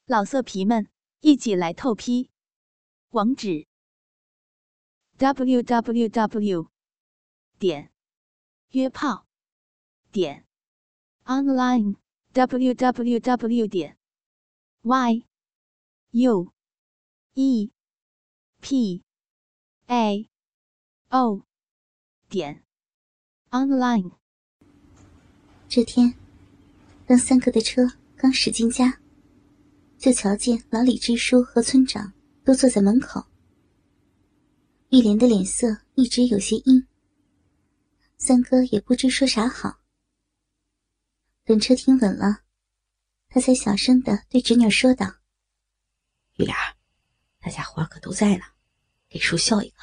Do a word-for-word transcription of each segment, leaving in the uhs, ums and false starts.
老色皮们，一起来透批！网址 ：double u double u double u 点约炮点 online w w w 点 y u e p a o 点 online。 这天，当三哥的车刚驶进家，就瞧见老李支书和村长都坐在门口。玉莲的脸色一直有些阴，三哥也不知说啥好。等车停稳了，他才小声地对侄女说道：“ 玉莲，大家伙可都在呢，给叔笑一个。”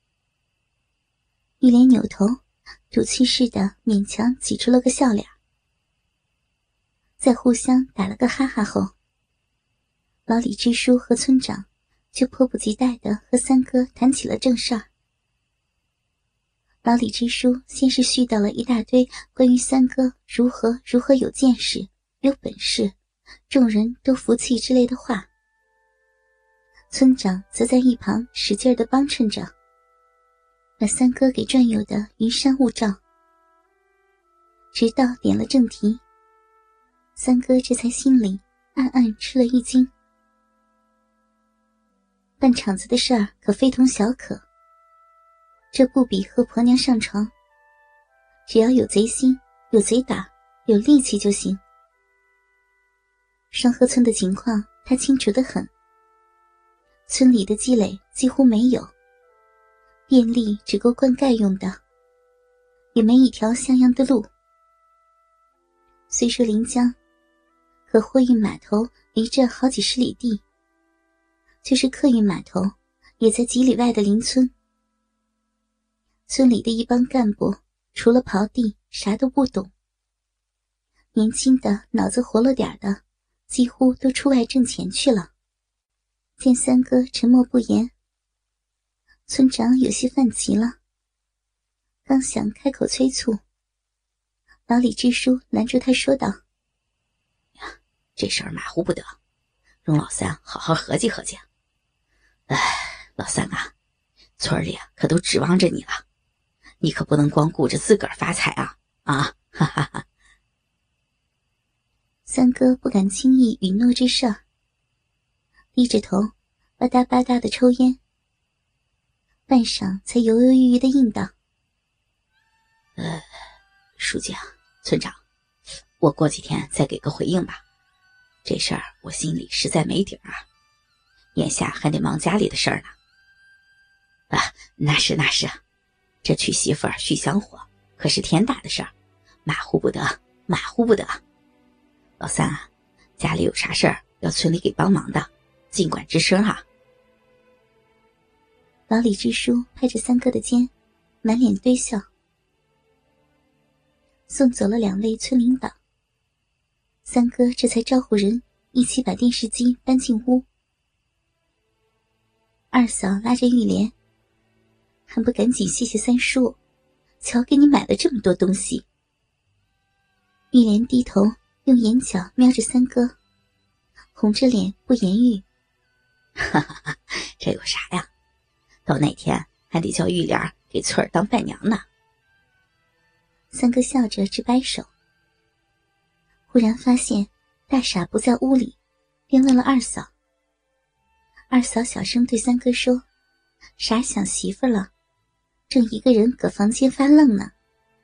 玉莲扭头，赌气似的勉强挤出了个笑脸。在互相打了个哈哈后，老李支书和村长就迫不及待地和三哥谈起了正事儿。老李支书先是絮叨了一大堆关于三哥如何如何有见识、有本事，众人都服气之类的话。村长则在一旁使劲地帮衬着，把三哥给转悠的云山雾罩。直到点了正题，三哥这才心里暗暗吃了一惊。办场子的事儿可非同小可，这不比和婆娘上床，只要有贼心、有贼胆、有力气就行。双河村的情况他清楚得很，村里的积累几乎没有，电力只够灌溉用的，也没一条像样的路。虽说临江，可货运码头离这好几十里地，就是客运码头也在几里外的邻村。村里的一帮干部除了刨地啥都不懂，年轻的脑子活络点的几乎都出外挣钱去了。见三哥沉默不言，村长有些犯急了，刚想开口催促，老李支书拦住他说道：“ 呀，这事儿马虎不得，容老三好好合计合计。哎，老三啊，村里啊可都指望着你了，你可不能光顾着自个儿发财啊啊！哈哈哈。” 三哥不敢轻易允诺这事儿，低着头吧嗒吧嗒的抽烟，半晌才犹犹豫豫的应道：“ 呃，书记啊，村长，我过几天再给个回应吧。这事儿我心里实在没底儿啊，眼下还得忙家里的事儿呢。啊，那是那是，这娶媳妇儿续香火可是天大的事儿，马虎不得，马虎不得。老三啊，家里有啥事儿要村里给帮忙的，尽管吱声啊。” 老李支书拍着三哥的肩，满脸堆笑。送走了两位村领导，三哥这才招呼人一起把电视机搬进屋。二嫂拉着玉莲：“还不赶紧谢谢三叔，瞧给你买了这么多东西。”玉莲低头用眼角瞄着三哥，红着脸不言语。 哈哈哈，这有啥呀？到那天还得叫玉莲给村儿当伴娘呢。 三哥笑着直摆手，忽然发现大傻不在屋里，便问了二嫂。二嫂小声对三哥说：“傻想媳妇了，正一个人搁房间发愣呢。”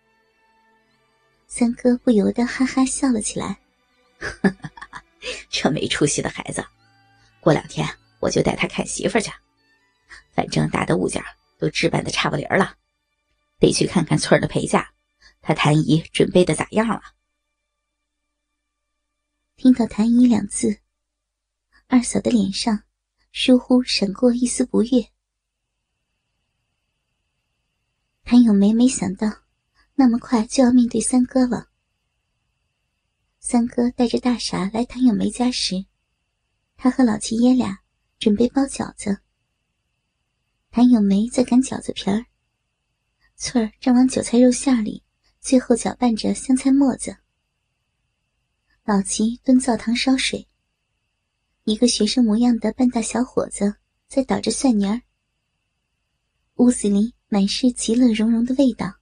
三哥不由得哈哈笑了起来。 这没出息的孩子，过两天我就带他看媳妇去，反正大的物件都置办的差不离了，得去看看村的陪嫁，他谭姨准备的咋样了。 听到谭姨两字，二嫂的脸上疏忽闪过一丝不悦。谭咏梅没想到那么快就要面对三哥了。三哥带着大傻来谭咏梅家时，他和老七爷俩准备包饺子，谭咏梅在擀饺子皮儿，翠儿正往韭菜肉馅里最后搅拌着香菜末子。老齐蹲灶堂烧水， 一个学生模样的半大小伙子在捣着蒜泥儿，屋子里满是其乐融融的味道。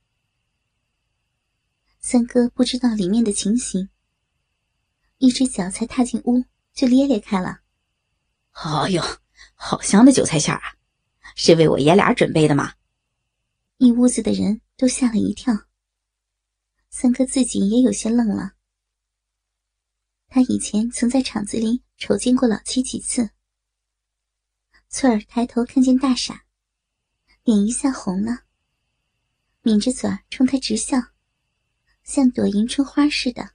三哥不知道里面的情形，一只脚才踏进屋就咧咧开了。 哎呦，好香的韭菜馅儿啊，是为我爷俩准备的吗？ 一屋子的人都吓了一跳，三哥自己也有些愣了。他以前曾在厂子里瞅见过老七几次。翠儿抬头看见大傻，脸一下红了，抿着嘴儿冲他直笑，像朵迎春花似的。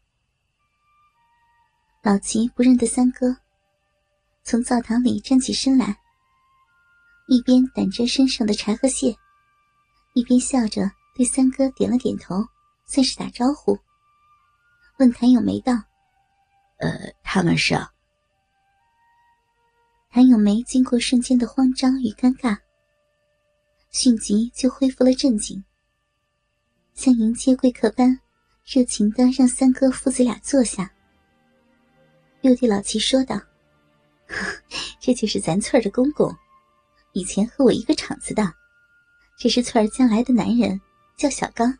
老七不认得三哥，从灶堂里站起身来，一边掸着身上的柴和屑，一边笑着对三哥点了点头，算是打招呼。问谭咏梅道： 呃，他们是？ 谭咏梅经过瞬间的慌张与尴尬，迅即就恢复了镇静，像迎接贵客般热情地让三哥父子俩坐下，又对老七说道：这就是咱翠儿的公公，以前和我一个厂子的，这是翠儿将来的男人，叫小刚。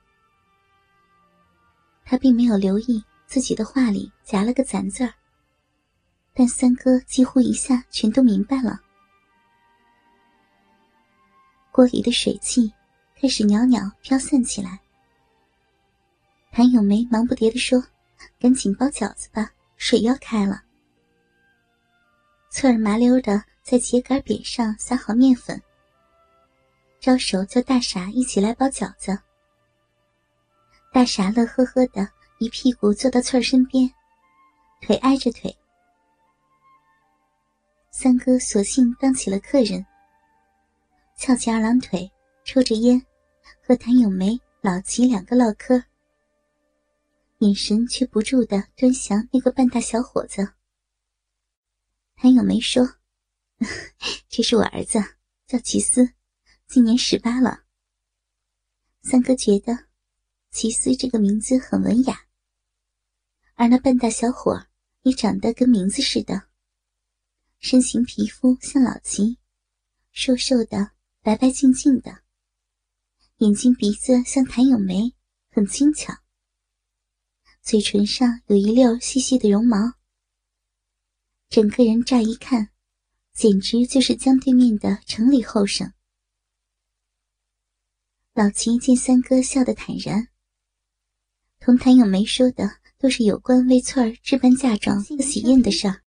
他并没有留意自己的话里夹了个咱字儿，但三哥几乎一下全都明白了。锅里的水汽开始袅袅飘散起来。谭咏梅忙不迭地说：赶紧包饺子吧，水要开了。翠儿麻溜地在秸秆匾上撒好面粉，招手叫大傻一起来包饺子。大傻乐呵呵地一屁股坐到翠儿身边，腿挨着腿。三哥索性当起了客人，翘起二郎腿，抽着烟，和谭咏梅、老齐两个唠嗑，眼神却不住地端详那个半大小伙子。谭咏梅说：这是我儿子，叫齐思，今年十八了。三哥觉得齐思这个名字很文雅，而那半大小伙也长得跟名字似的，身形皮肤像老齐，瘦瘦的，白白净净的，眼睛鼻子像谭咏梅，很精巧，嘴唇上有一溜细细的绒毛，整个人乍一看简直就是江对面的城里后生。老齐见三哥笑得坦然，同谭咏梅说的都是有关为翠儿置办嫁妆和喜宴的事儿。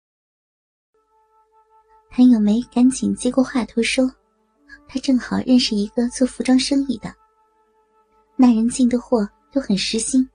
谭咏梅赶紧接过话头说，她正好认识一个做服装生意的，那人进的货都很实心。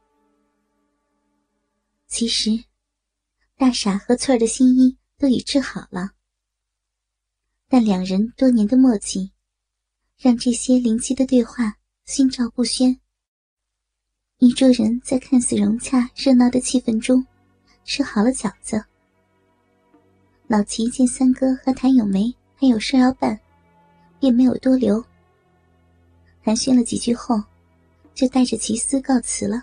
其实大傻和翠儿的新衣都已制好了，但两人多年的默契让这些灵机的对话心照不宣。一桌人在看似融洽热闹的气氛中吃好了饺子。老齐见三哥和谭咏梅还有事要办，便没有多留，寒暄了几句后就带着齐思告辞了。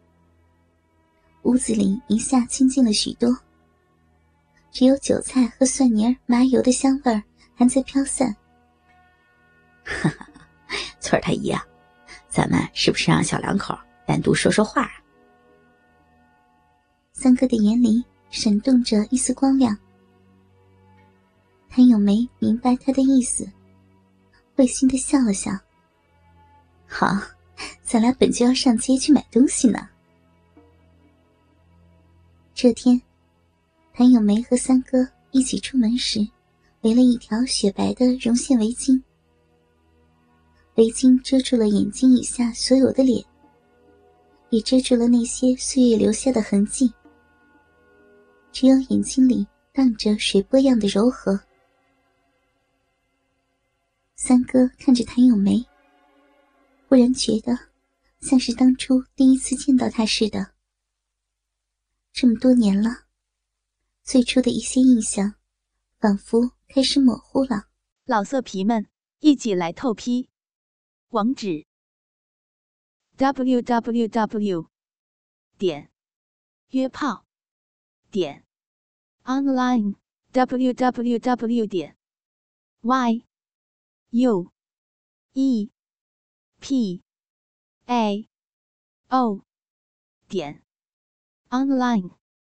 屋子里一下清静了许多，只有韭菜和蒜泥麻油的香味儿还在飘散。 哈哈，翠儿她姨啊，咱们是不是让小两口单独说说话啊？ 三哥的眼里闪动着一丝光亮。谭咏梅明白他的意思，会心地笑了笑。好，咱俩本就要上街去买东西呢。这天，谭咏梅和三哥一起出门时，围了一条雪白的绒线围巾。围巾遮住了眼睛以下所有的脸，也遮住了那些岁月留下的痕迹，只有眼睛里荡着水波样的柔和。三哥看着谭咏梅，忽然觉得像是当初第一次见到她似的。这么多年了，最初的一些印象仿佛开始模糊了。 老色皮们，一起来透批！网址 ：double-u double-u double-u 点约炮点 online。 w w w 点 y u e p a o 点 online。